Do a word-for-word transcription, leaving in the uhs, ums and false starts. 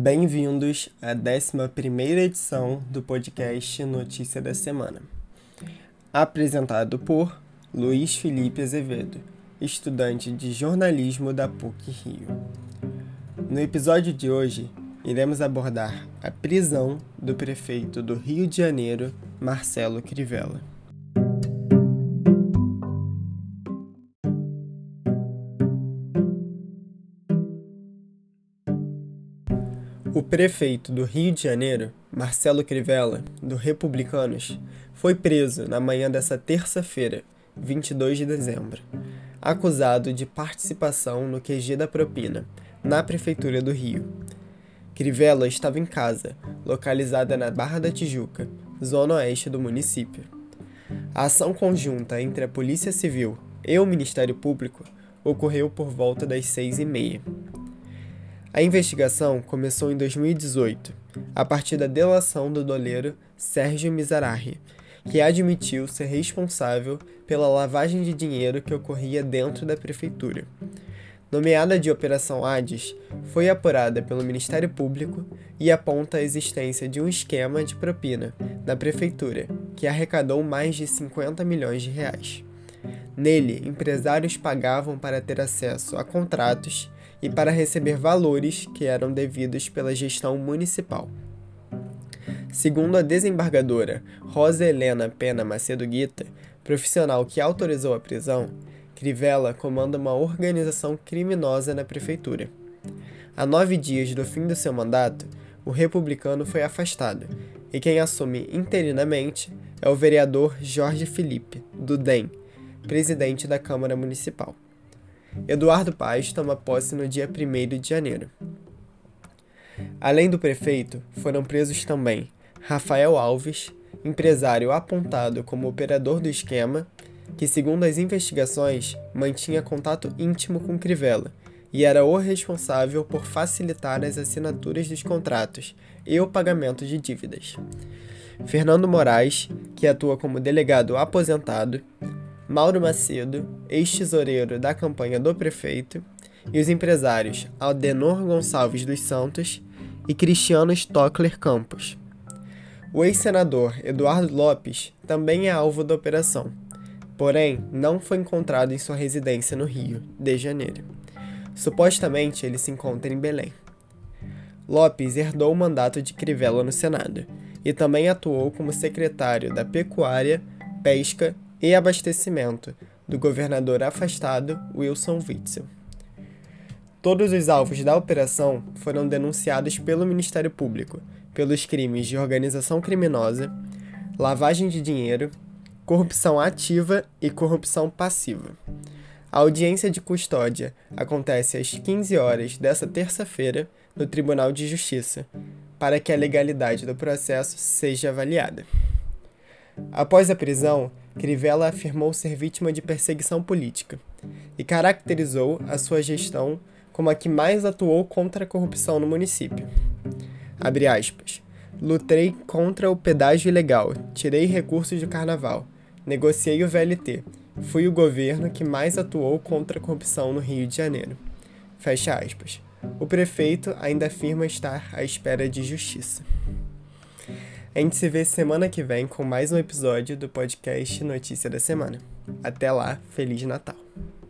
Bem-vindos à décima primeira edição do podcast Notícia da Semana. Apresentado por Luiz Felipe Azevedo, estudante de jornalismo da PUC Rio. No episódio de hoje, iremos abordar a prisão do prefeito do Rio de Janeiro, Marcelo Crivella. O prefeito do Rio de Janeiro, Marcelo Crivella, do Republicanos, foi preso na manhã desta terça-feira, vinte e dois de dezembro, acusado de participação no Q G da propina, na Prefeitura do Rio. Crivella estava em casa, localizada na Barra da Tijuca, zona oeste do município. A ação conjunta entre a Polícia Civil e o Ministério Público ocorreu por volta das seis e meia. A investigação começou em dois mil e dezoito, a partir da delação do doleiro Sérgio Mizrahi, que admitiu ser responsável pela lavagem de dinheiro que ocorria dentro da prefeitura. Nomeada de Operação Hades, foi apurada pelo Ministério Público e aponta a existência de um esquema de propina na prefeitura, que arrecadou mais de cinquenta milhões de reais. Nele, empresários pagavam para ter acesso a contratos e para receber valores que eram devidos pela gestão municipal. Segundo a desembargadora Rosa Helena Pena Macedo Guita, profissional que autorizou a prisão, Crivella comanda uma organização criminosa na prefeitura. A nove dias do fim do seu mandato, o republicano foi afastado, e quem assume interinamente é o vereador Jorge Felipe, do D E M, presidente da Câmara Municipal. Eduardo Paes toma posse no dia primeiro de janeiro. Além do prefeito, foram presos também Rafael Alves, empresário apontado como operador do esquema, que, segundo as investigações, mantinha contato íntimo com Crivella e era o responsável por facilitar as assinaturas dos contratos e o pagamento de dívidas. Fernando Moraes, que atua como delegado aposentado, Mauro Macedo, ex-tesoureiro da campanha do prefeito, e os empresários Aldenor Gonçalves dos Santos e Cristiano Stockler Campos. O ex-senador Eduardo Lopes também é alvo da operação, porém não foi encontrado em sua residência no Rio de Janeiro. Supostamente ele se encontra em Belém. Lopes herdou o mandato de Crivella no Senado e também atuou como secretário da Pecuária, Pesca e Abastecimento do governador afastado Wilson Witzel. Todos os alvos da operação foram denunciados pelo Ministério Público pelos crimes de organização criminosa, lavagem de dinheiro, corrupção ativa e corrupção passiva. A audiência de custódia acontece às quinze horas desta terça-feira no Tribunal de Justiça, para que a legalidade do processo seja avaliada. Após a prisão, Crivella afirmou ser vítima de perseguição política e caracterizou a sua gestão como a que mais atuou contra a corrupção no município. Abre aspas. Lutei contra o pedágio ilegal, tirei recursos do carnaval, negociei o V L T, fui o governo que mais atuou contra a corrupção no Rio de Janeiro. Fecha aspas. O prefeito ainda afirma estar à espera de justiça. A gente se vê semana que vem com mais um episódio do podcast Notícia da Semana. Até lá, Feliz Natal!